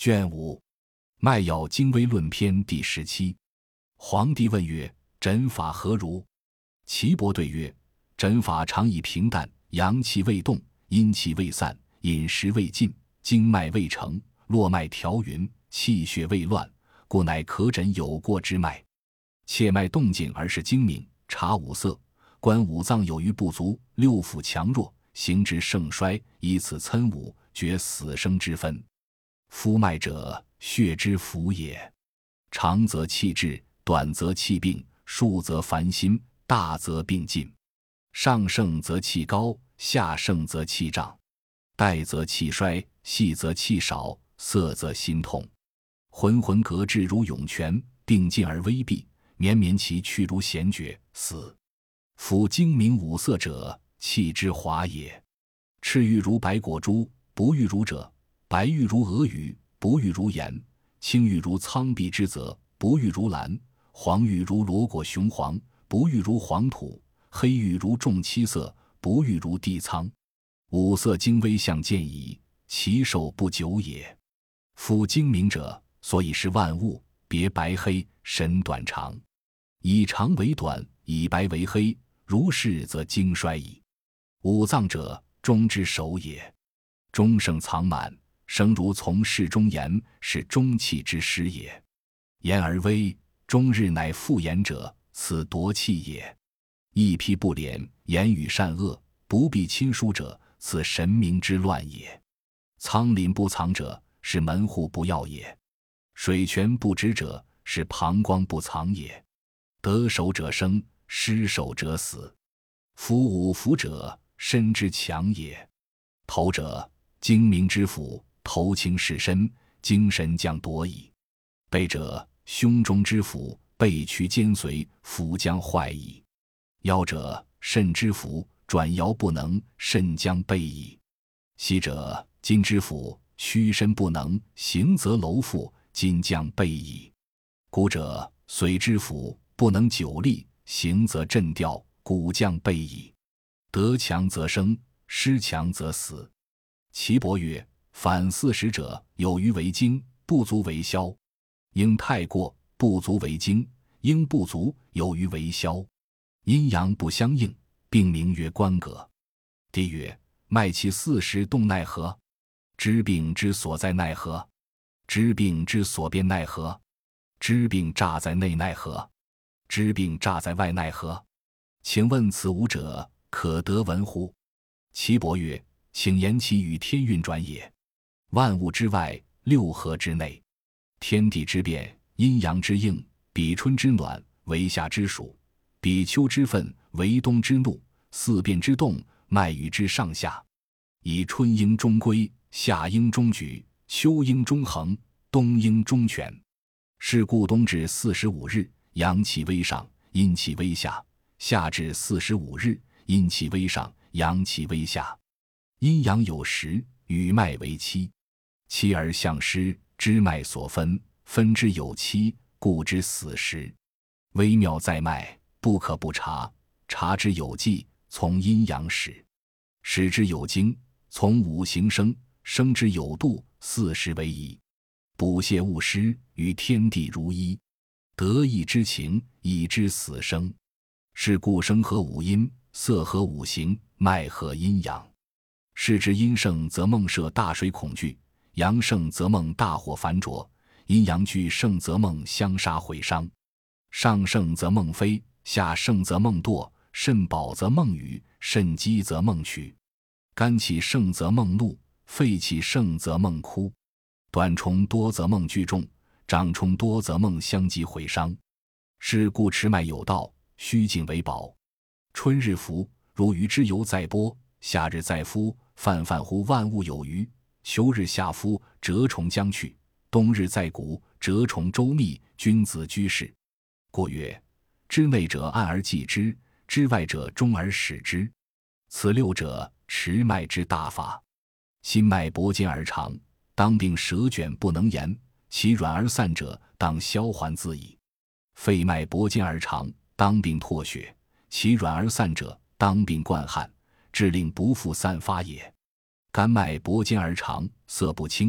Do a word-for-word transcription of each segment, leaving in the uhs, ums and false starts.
卷五，脉要经微论篇第十七。皇帝问曰：诊法何如？岐伯对曰：诊法常以平淡，阳气未动，阴气未散，饮食未进，经脉未成，络脉调匀，气血未乱，故乃可诊有过之脉。切脉动静而是精明，察五色，观五脏有余不足，六腑强弱，形之盛衰，以此参五，决死生之分。夫脉者，血之府也。长则气滞，短则气病，数则烦心，大则病尽。上盛则气高，下盛则气胀。带则气衰，细则气少，涩则心痛。浑浑隔滞如涌泉，病尽而微闭，绵绵其去如弦绝，死。夫精明五色者，气之华也。赤玉如白果珠，不玉如者；白玉如鹅羽，不玉如盐；青玉如苍碧之泽，不玉如蓝；黄玉如罗果雄黄，不玉如黄土；黑玉如重漆色，不玉如地苍。五色精微相见矣，其寿不久也。夫精明者，所以是万物，别白黑，神短长。以长为短，以白为黑，如是则精衰矣。五脏者，中之首也。中盛藏满，生如从室中言，是中气之师也。言而微，终日乃复言者，此夺气也。一披不敛，言语善恶，不必亲疏者，此神明之乱也。仓廪不藏者，是门户不要也。水泉不止者，是膀胱不藏也。得守者生，失守者死。夫五腑者，身之强也。头者，精明之府，头轻视身，精神将夺矣。背者，胸中之府，背屈兼随，府将坏矣。腰者，肾之府，转摇不能，肾将备矣。膝者，筋之府，屈身不能，行则楼复，筋将备矣。骨者，髓之府，不能久立，行则震掉，骨将备矣。得强则生，失强则死。岐伯曰：反四时者，有余为精，不足为消。应太过，不足为精；应不足，有余为消。阴阳不相应，并名曰关膈。帝曰：脉其四时动奈何？知病之所在奈何？知病之所变奈何？知病诈在内奈何？知病诈在外奈何？请问此五者，可得闻乎？岐伯曰：请言其与天运转也。万物之外，六合之内，天地之变，阴阳之应，比春之暖，为夏之暑，比秋之愤，为冬之怒，四变之动，脉与之上下，以春应中规，夏应中举，秋应中衡，冬应中全。是故冬至四十五日，阳气微上，阴气微下；夏至四十五日，阴气微上，阳气微下。阴阳有时，与脉为期。期而象失，知脉所分，分之有期，故知死时。微妙在脉，不可不察，察之有纪，从阴阳始。使之有经，从五行生，生之有度，四时为宜。补泻勿失，与天地如一。得意之情，以知死生。是故生合五阴，色合五行，脉合阴阳。是之阴盛则梦摄大水恐惧，阳盛则梦大火烦灼，阴阳俱盛则梦相杀毁伤。上盛则梦飞，下盛则梦堕，肾饱则梦语，肾积则梦曲。肝气盛则梦怒，肺气盛则梦哭。短冲多则梦聚重，长冲多则梦相击毁伤。是故持脉有道，虚静为宝。春日服，如鱼之游在波；夏日在夫，泛泛乎万物有余；秋日下夫，蛰虫将去；冬日在谷，蛰虫周密，君子居士。故曰：知内者暗而记之，知外者终而始之。此六者，持脉之大法。心脉搏坚而长，当病舌卷不能言，其软而散者，当消还自矣。肺脉搏坚而长，当病唾血，其软而散者，当病灌汗，致令不复散发也。肝脉搏坚而长，色不清，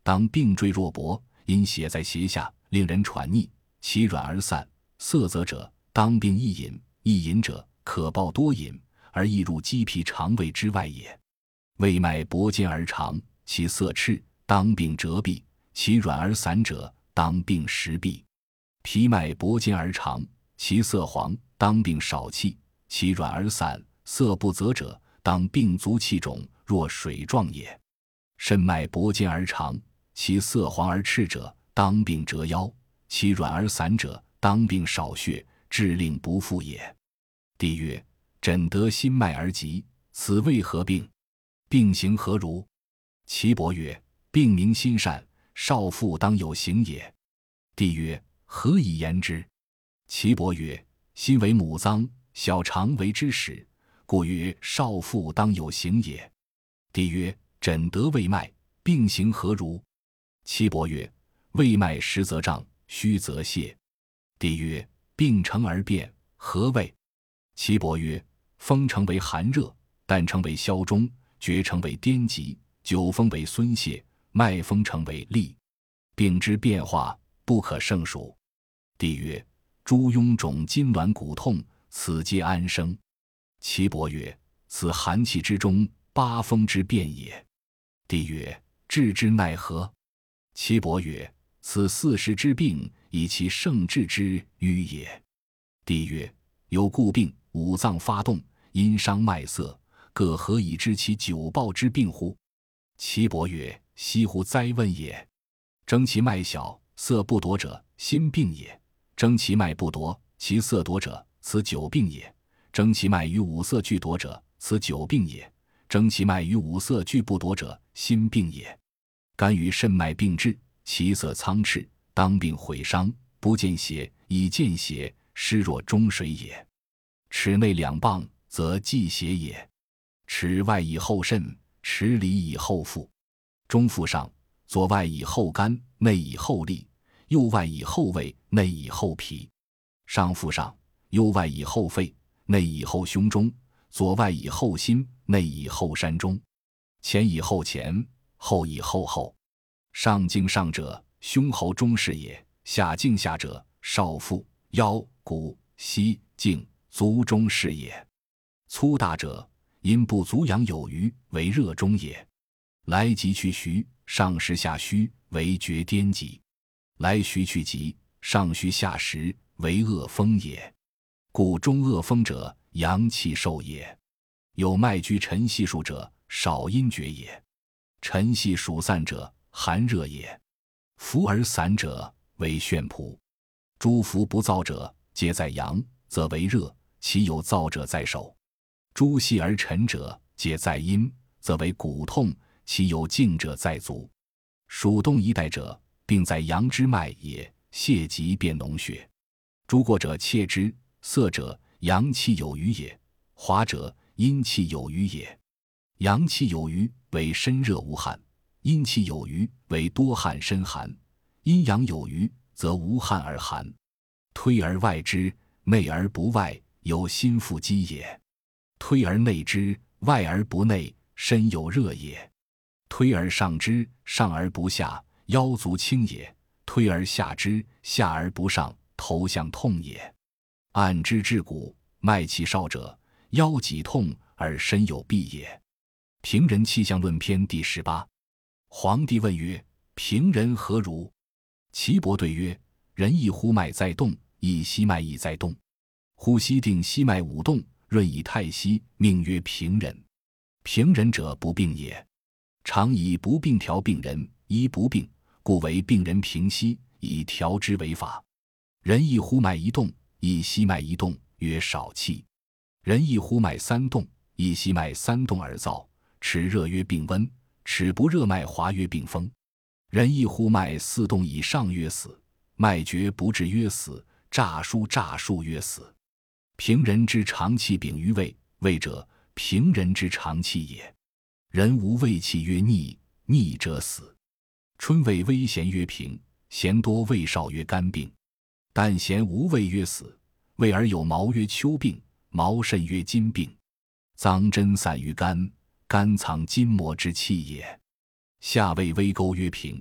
当病坠若薄，因血在胁下，令人喘逆，其软而散。色泽者，当病易饮，易饮者可暴多饮，而易入肌皮肠胃之外也。胃脉搏坚而长，其色赤，当病折闭，其软而散者，当病实闭。脾脉搏坚而长，其色黄，当病少气，其软而散，色不泽者，当病足气肿，若水状也。肾脉搏坚而长，其色黄而赤者，当病折腰，其软而散者，当病少血，致令不复也。帝曰：诊得心脉而急，此为何病？病形何如？岐伯曰：病名心疝，少妇当有形也。帝曰：何以言之？岐伯曰：心为母脏，小肠为之始，故曰少妇当有形也。帝曰：诊得胃脉，病形何如？岐伯曰：胃脉实则胀，虚则泄。帝曰：病成而变，何谓？岐伯曰：风成为寒热，淡成为消中，厥成为颠急，久风为孙泄，脉风成为痢。病之变化，不可胜数。帝曰：诸臃肿筋挛骨痛，此皆安生？岐伯曰：此寒气之中，八风之变也。帝曰：治之奈何？岐伯曰：此四时之病，以其盛治之迂也。帝曰：有故病，五脏发动，因伤脉色，各何以知其久暴之病乎？岐伯曰：惜乎哉问也！征其脉小，色不夺者，心病也；征其脉不夺，其色夺者，此久病也；征其脉与五色俱夺者，此久病也；征其脉与五色俱不夺者，心病也。肝与肾脉并至，其色苍赤，当病毁伤，不见血，以见血，湿若中水也。齿内两棒，则忌血也。齿外以后肾，齿里以后腹。中腹上，左外以后肝，内以后痢；右外以后胃，内以后脾。上腹上，右外以后肺，内以后胸中；左外以后心，内以后山中。前以后前，后以后后。上颈上者，胸喉中室也；下颈下者，少腹、腰、骨、膝、颈、足中室也。粗大者，因不足阳有余，为热中也。来急去虚，上实下虚，为厥颠急；来虚去急，上虚下实，为恶风也。故中恶风者，阳气受也。有脉居沉细数者，少阴厥也。沉细数散者，寒热也。浮而散者，为眩仆。诸浮不燥者，皆在阳，则为热；其有燥者在手。诸细而沉者，皆在阴，则为骨痛；其有静者在足。属动一带者，并在阳之脉也，泄疾变脓血。诸过者切之，涩者阳气有余也，滑者阴气有余也。阳气有余为身热无汗，阴气有余为多汗身寒。阴阳有余，则无汗而寒。推而外之，内而不外，有心腹积也。推而内之，外而不内，身有热也。推而上之，上而不下，腰足轻也；推而下之，下而不上，头项痛也。按之至骨，脉气少者，腰脊痛而身有痹也。平人气象论篇第十八。皇帝问曰：平人何如？岐伯对曰：人一呼脉在动，一息脉亦在动。呼吸定息脉五动，润以太息，命曰平人。平人者，不病也。常以不病调病人，医不病，故为病人平息，以调之为法。人一呼脉一动，一息脉一动，曰少气。人一呼脉三动，一息脉三动而燥，齿热曰病温，齿不热脉滑曰病风。人一呼脉四动以上曰死，脉绝不至曰死，诈疏诈数曰死。平人之常气禀于胃，胃者平人之常气也。人无胃气曰逆，逆者死。春胃微咸曰平，咸多胃少曰肝病。但咸无胃曰死，胃而有毛曰秋病，毛甚曰金病。脏真散于肝，肝藏筋膜之气也。下胃微沟曰平，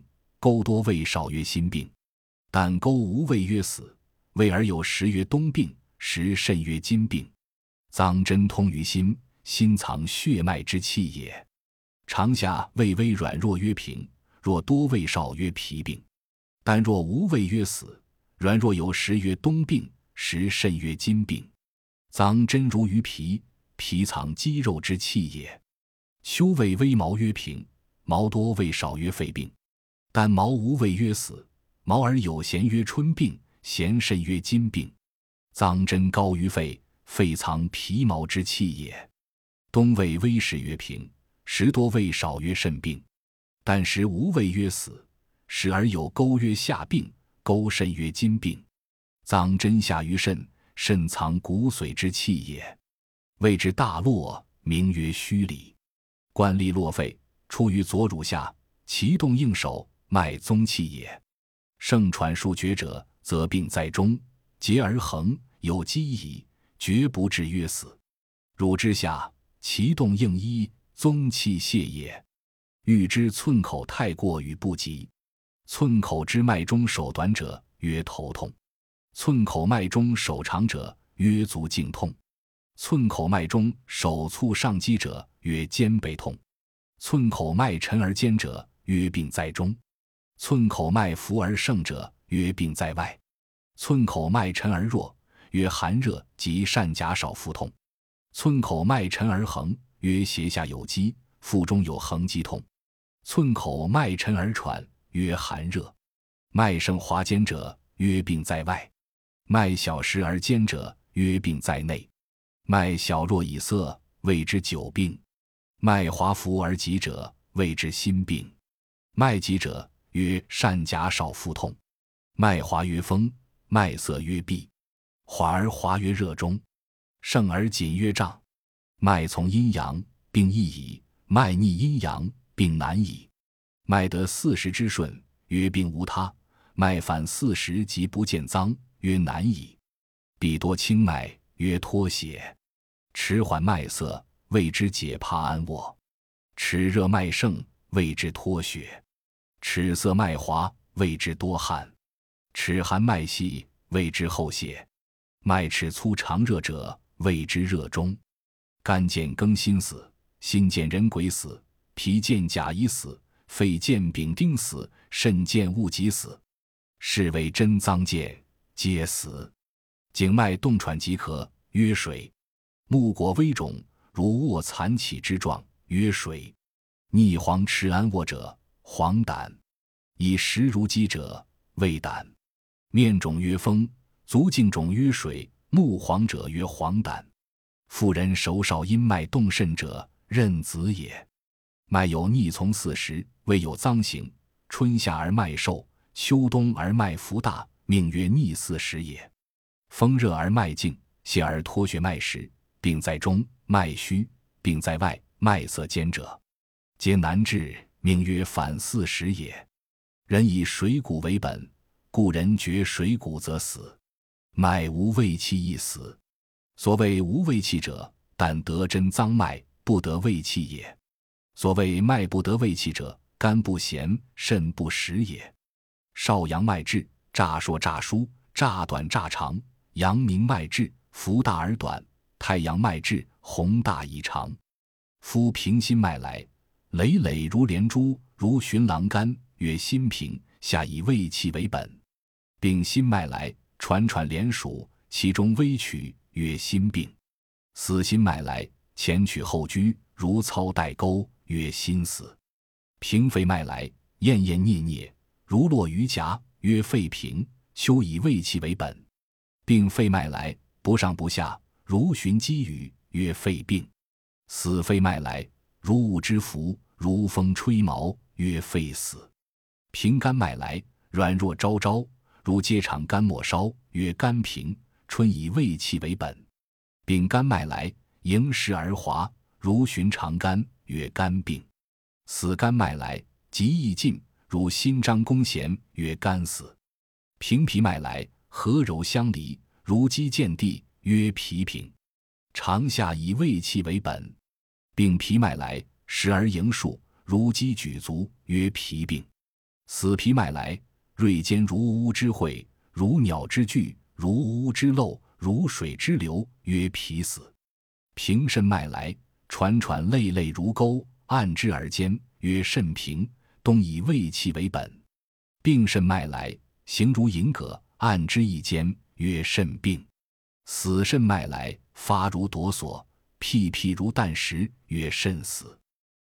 钩多胃少曰心病。但钩无胃曰死，胃而有时曰冬病，时肾曰筋病。脏针通于心，心藏血脉之气也。长夏胃微软弱曰平，若多胃少曰脾病。但若无胃曰死，软弱有时曰冬病，时肾曰筋病。脏针如于皮，皮藏肌肉之气也。秋胃微毛曰平，毛多胃少曰肺病。但毛无胃曰死，毛而有弦曰春病，弦肾曰筋病。脏针高于肺，肺藏皮毛之气也。冬胃微时曰平，时多胃少曰肾病。但时无胃曰死，时而有钩曰下病，钩肾曰筋病。脏针下于肾，肾藏骨髓之气也。谓之大络，名曰虚里。冠利络肺，出于左乳下，其动应手，脉宗气也。盛喘数绝者，则病在中，结而横，有积矣，绝不至曰死。乳之下，其动应一，宗气泄也。欲知寸口太过与不及。寸口之脉中手短者，曰头痛；寸口脉中手长者，曰足颈痛；寸口脉中手促上肌者，曰肩背痛；寸口脉沉而坚者，曰病在中；寸口脉浮而盛者，曰病在外；寸口脉沉而弱，曰寒热及疝甲少腹痛；寸口脉沉而横，曰胁下有积，腹中有横积痛；寸口脉沉而喘，曰寒热；脉盛滑坚者，曰病在外；脉小实而坚者，曰病在内；脉小弱以涩，谓之久病；脉滑浮而急者，谓之心病；脉急者，曰疝甲少腹痛；脉滑曰风，脉涩曰闭；缓而滑曰热中；盛而紧曰胀；脉从阴阳，病易矣；脉逆阴阳，病难矣。脉得四时之顺，曰病无他；脉反四时即不见脏，曰难矣。彼多清脉，曰脱血；迟缓脉涩，谓之解帕安卧；迟热脉盛，谓之脱血；迟涩脉滑，谓之多汗；迟寒脉细，谓之后泄；脉迟粗长热者，谓之热中。肝见庚辛死，心见壬癸死，脾见甲乙死，肺见丙丁死，肾见戊己死，是为真脏见，皆死。颈脉动喘即咳，曰水；目果微肿，如卧残起之状，曰水；逆黄迟安卧者，黄疸；以食如饥者，胃胆；面肿曰风，足胫肿曰水，目黄者曰黄疸。妇人手少阴脉动甚者，壬子也。脉有逆从四时，未有脏行，春夏而脉瘦，秋冬而脉浮大，命曰逆四时也。风热而脉静，泄而脱血脉实，病在中，脉虚；病在外，脉涩坚者，皆难治，命曰反四时也。人以水谷为本，故人绝水谷则死。脉无胃气亦死。所谓无胃气者，但得真脏脉，不得胃气也。所谓脉不得胃气者，肝不咸，肾不实也。少阳脉滞，乍硕乍疏，乍短乍长；阳明脉滞，浮大而短；太阳脉滞，宏大以长。夫平心脉来，累累如连珠，如寻狼肝，曰心平，下以胃气为本；并心脉来，喘喘连数，其中微曲，曰心病；死心脉来，前曲后居，如操带钩，曰心死；平肺脉来，咽咽啮啮，如落于颊，曰肺平，休以胃气为本；并肺脉来，不上不下，如寻积雨，曰肺病；死肺脉来，如雾之浮，如风吹毛，曰肺死；平肝脉来，软弱昭昭，如接肠肝末烧，曰肝平，春以胃气为本；丙肝脉来，盈实而滑，如寻肠肝，曰肝病；死肝脉来，极易尽，如心张弓弦，曰肝死；平脾脉来，和柔相离，如击见地，曰脾平。长夏以胃气为本。并脾脉来，时而盈数，如击举足，曰脾病。 死皮脉来，锐尖如乌之喙，如鸟之句，如乌之漏，如水之流，曰皮死。平肾脉来，喘喘累累如钩，按之而坚，曰肾平，东以胃气为本。病肾脉来，形如银葛，按之亦坚，曰肾病。死肾脉来，发如夺索，屁屁如弹石，曰肾死。